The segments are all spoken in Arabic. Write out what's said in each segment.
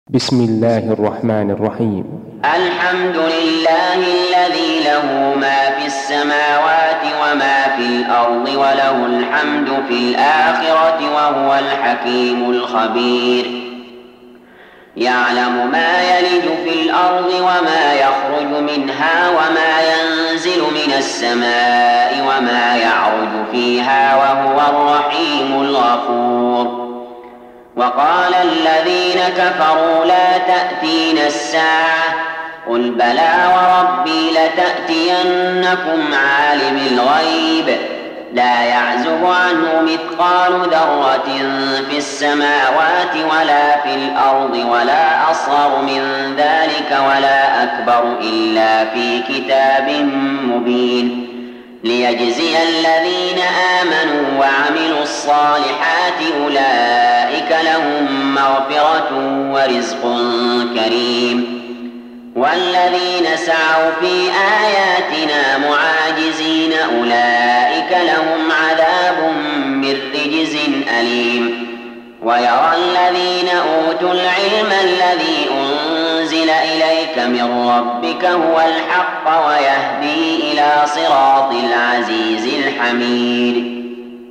بسم الله الرحمن الرحيم. الحمد لله الذي له ما في السماوات وما في الأرض وله الحمد في الآخرة وهو الحكيم الخبير. يعلم ما يلج في الأرض وما يخرج منها وما ينزل من السماء وما يعرج فيها وهو الرحيم الغفور. وقال الذين كفروا لا تأتينا الساعة قل بلى وربي لتأتينكم عالم الغيب لا يعزب عنه مثقال ذرة في السماوات ولا في الأرض ولا أصغر من ذلك ولا أكبر إلا في كتاب مبين ليجزي الذين آمنوا وعملوا الصالحات أولئك لهم مغفرة ورزق كريم. والذين سعوا في آياتنا معاجزين أولئك لهم عذاب من رجز أليم. ويرى الذين أوتوا العلم الذي أنزل إليك من ربك هو الحق ويهدي إلى صراط العزيز الحميد.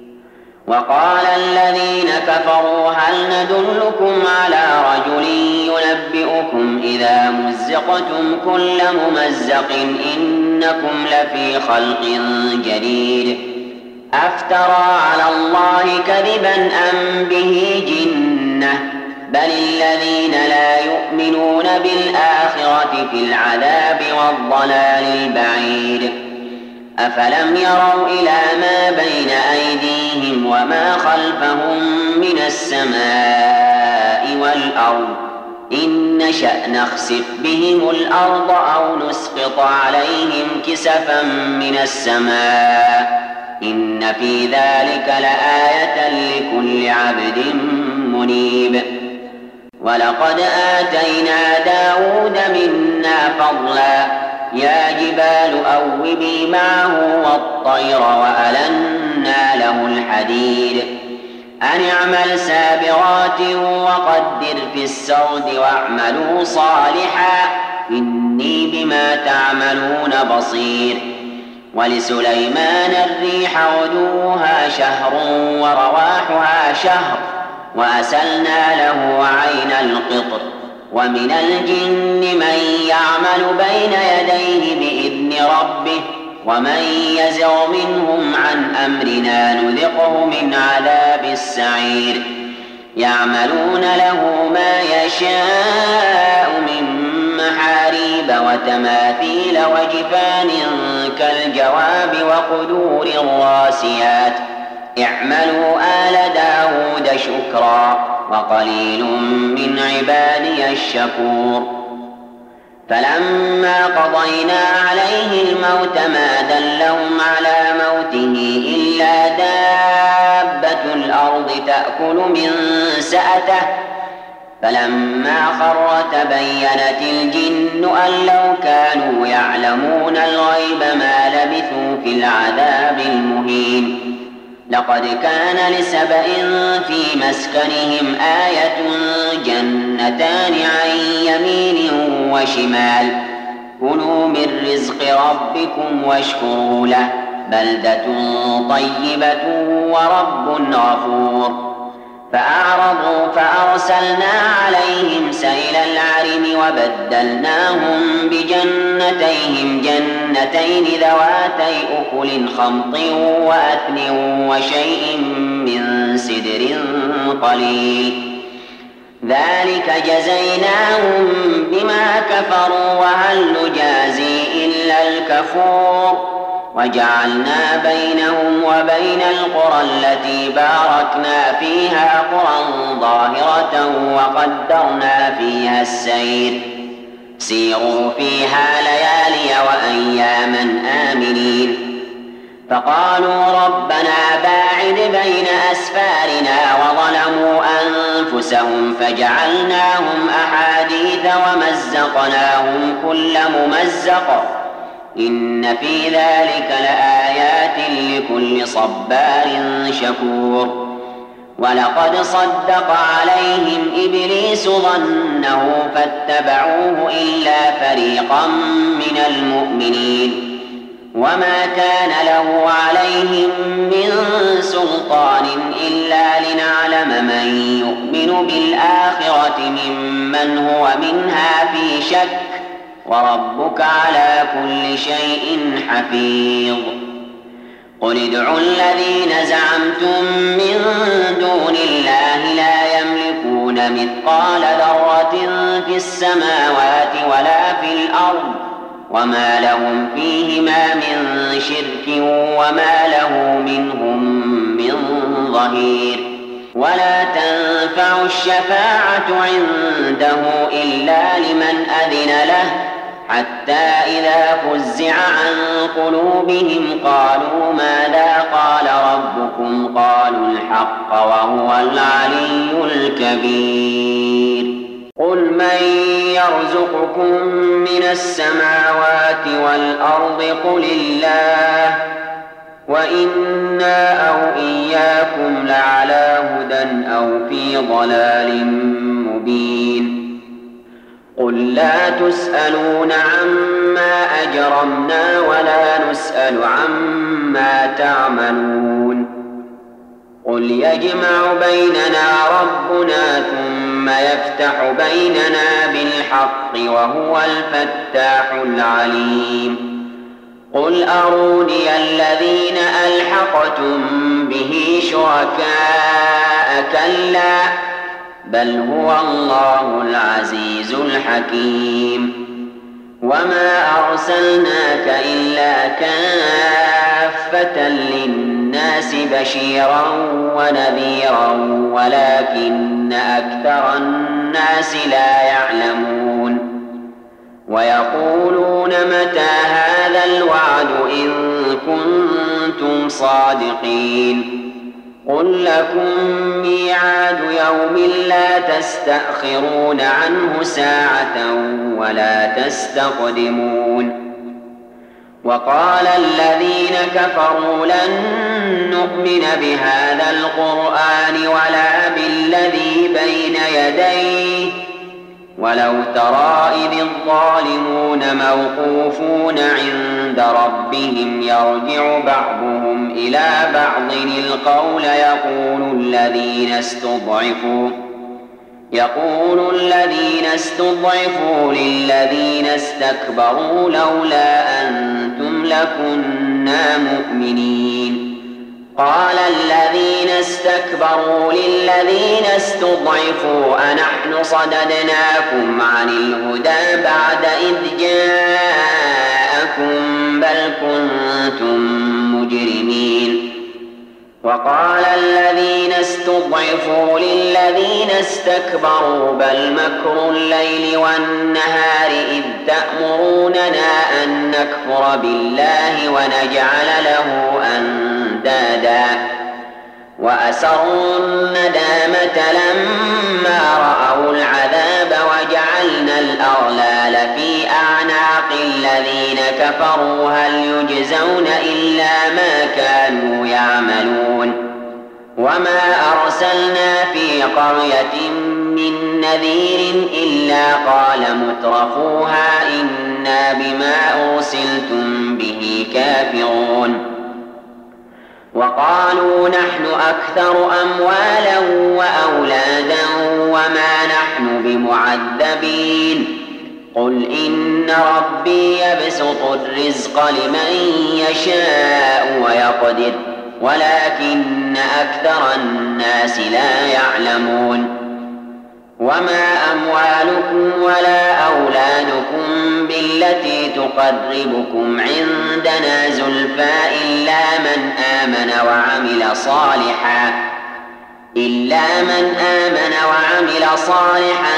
وقال الذين كفروا هل ندلكم على رجل ينبئكم إذا مزقتم كل ممزق إنكم لفي خلق جديد أفترى على الله كذبا أم به جنة بل الذين لا يؤمنون بالآخرة في العذاب والضلال البعيد. أفلم يروا إلى ما بين أيديهم وما خلفهم من السماء والأرض إن نشأ نخسف بهم الأرض أو نسقط عليهم كسفا من السماء إن في ذلك لآية لكل عبد منيب. ولقد آتينا داود منا فضلا يا جبال أوبي معه والطير وألنا له الحديد أن اعمل سابغات وقدر في السرد واعملوا صالحا إني بما تعملون بصير. ولسليمان الريح غدوها شهر ورواحها شهر وأسلنا له عين القطر ومن الجن من يعمل بين يديه بإذن ربه ومن يزغ منهم عن أمرنا نذقه من عذاب السعير. يعملون له ما يشاء من محاريب وتماثيل وجفان كالجواب وقدور الراسيات اعملوا آل داود شكرا وقليل من عبادي الشكور. فلما قضينا عليه الموت ما دلهم على موته إلا دابة الأرض تأكل من سأته فلما خر تبينت الجن أن لو كانوا يعلمون الغيب ما لبثوا في العذاب المهين. لقد كان لسبإ في مسكنهم آية جنتان عن يمين وشمال كلوا من رزق ربكم واشكروا له بلدة طيبة ورب غفور. فأعرضوا فأرسلنا عليهم سيل العرم وبدلناهم بجنتيهم جنتين ذواتي أكل خمط وأثل وشيء من سدر قليل ذلك جزيناهم بما كفروا وهل نجازي إلا الكفور. وجعلنا بينهم وبين القرى التي باركنا فيها قرى ظاهرة وقدرنا فيها السير سيروا فيها ليالي وأياما آمنين. فقالوا ربنا باعد بين أسفارنا وظلموا أنفسهم فجعلناهم أحاديث ومزقناهم كل ممزق إن في ذلك لآيات لكل صبار شكور. ولقد صدق عليهم إبليس ظنه فاتبعوه إلا فريقا من المؤمنين وما كان له عليهم من سلطان إلا لنعلم من يؤمن بالآخرة ممن هو منها في شك وربك على كل شيء حفيظ قل ادعوا الذين زعمتم من دون الله لا يملكون مثقال ذرة في السماوات ولا في الأرض وما لهم فيهما من شرك وما له منهم من ظهير ولا تنفع الشفاعة عنده إلا لمن أذن له حتى إذا فزع عن قلوبهم قالوا ماذا قال ربكم قالوا الحق وهو العلي الكبير قل من يرزقكم من السماوات والأرض قل الله وإنا أو إياكم لعلى هدى أو في ضلال مبين قل لا تسألون عما أجرمنا ولا نسأل عما تعملون قل يجمع بيننا ربنا ثم يفتح بيننا بالحق وهو الفتاح العليم قل أروني الذين ألحقتم به شركاء كلا بل هو الله العزيز الحكيم وما أرسلناك إلا كافة للناس بشيرا ونذيرا ولكن أكثر الناس لا يعلمون ويقولون متى هذا الوعد إن كنتم صادقين قل لكم ميعاد يوم لا تستأخرون عنه ساعة ولا تستقدمون وقال الذين كفروا لن نؤمن بهذا القرآن ولا بالذي بين يديه ولو ترى إذ الظالمون موقوفون عند ربهم يرجع بعضهم إلى بعض القول يقول الذين استضعفوا للذين استكبروا لولا أنتم لكنا مؤمنين قال الذين استكبروا للذين استضعفوا أنحن صددناكم عن الهدى بعد إذ جاءكم بل كنتم مجرمين وقال الذين استضعفوا للذين استكبروا بل مكر الليل والنهار إذ تأمروننا أن نكفر بالله ونجعل له أندادا وأسروا الندامة لما رأوا العذاب وجعلنا الأغلال في أعناق الذين كفروا هل يجزون إلا ما كانوا يعملون وما أرسلنا في قرية من نذير إلا قال مترفوها إنا بما أرسلتم به كافرون وقالوا نحن أكثر أموالا وأولادا وما نحن بمعذبين قل إن ربي يبسط الرزق لمن يشاء ويقدر ولكن أكثر الناس لا يعلمون وما أموالكم ولا أولادكم بالتي تقربكم عندنا زلفى إلا من آمن وعمل صالحا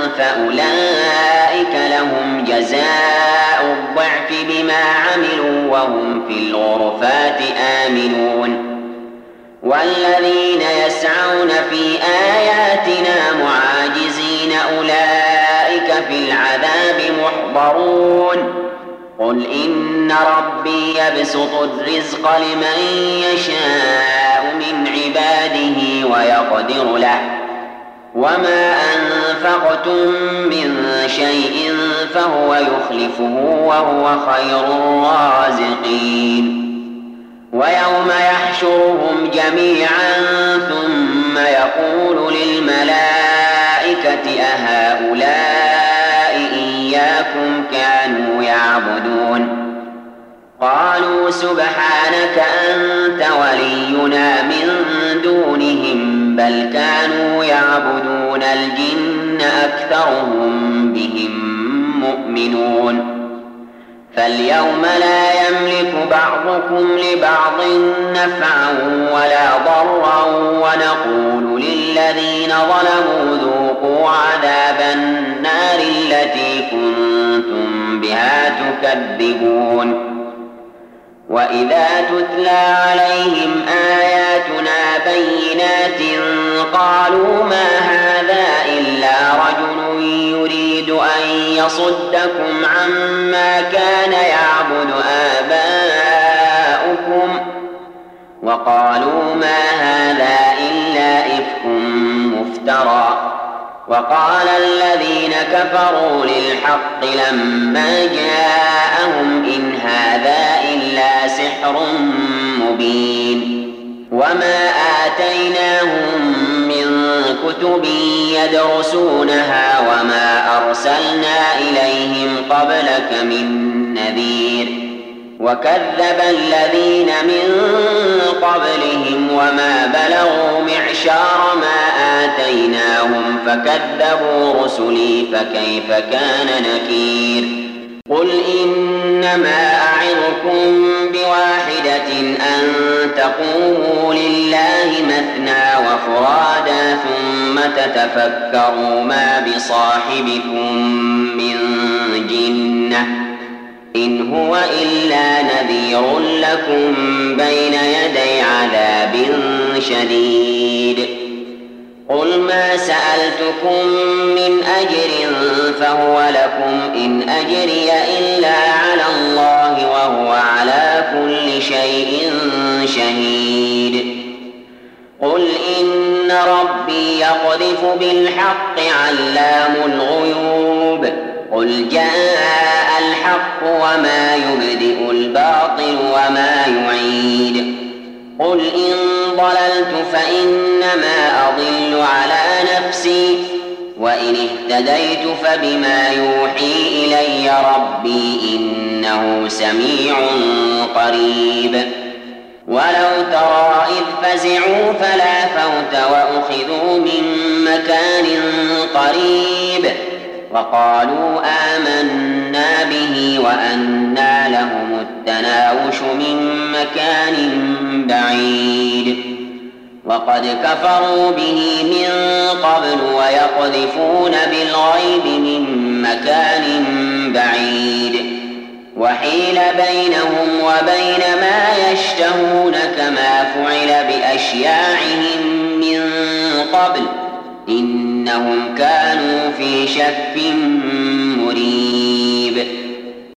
فأولئك لهم جزاء الضعف بما عملوا وهم في الغرفات آمنون والذين يسعون في آياتنا معاجزين أولئك في العذاب محضرون قل إن ربي يبسط الرزق لمن يشاء من عباده ويقدر له وما أنفقتم من شيء فهو يخلفه وهو خير الرازقين ويوم يحشرهم جميعا ثم يقول للملائكة أهؤلاء إياكم كانوا يعبدون قالوا سبحانك أنت ولينا من دونهم بل كانوا يعبدون الجن أكثرهم بهم مؤمنون فاليوم لا يملك بعضكم لبعض نفعا ولا ضرا ونقول للذين ظلموا ذوقوا عذاب النار التي كنتم بها تكذبون وإذا تتلى عليهم آياتنا بينات قالوا ما هذا إلا رجل يريد أن يصدكم عما كان يعبد آباؤكم وقالوا ما هذا إلا إفك مفترى وقال الذين كفروا للحق لما جاءهم إن هذا إلا سحر مبين وما آتيناهم من كتب يدرسونها وما أرسلنا إليهم قبلك من نذير وكذب الذين من قبلهم وما بلغوا معشار ما آتيناهم فكذبوا رسلي فكيف كان نكير قل إنما أعظكم بواحدة أن تقوموا لله مثنى وفرادا ثم تتفكروا ما بصاحبكم من جنة إن هو إلا نذير لكم بين يدي عذاب شديد قل ما سألتكم من أجر فهو لكم إن أجري إلا على الله وهو على كل شيء شهيد قل إن ربي يقذف بالحق علام الغيوب قل جاء الحق وما يبدئ الباطل وما يعيد قل إن ضللت فإنما أضل على نفسي وإن اهتديت فبما يوحي إلي ربي إنه سميع قريب ولو ترى إذ فزعوا فلا فوت وأخذوا من مكان قريب وقالوا آمنا به وأنى لهم التناوش من مكان بعيد وقد كفروا به من قبل ويقذفون بالغيب من مكان بعيد وحيل بينهم وبين ما يشتهون كما فعل بأشياعهم من قبل إنهم كانوا في شك مريب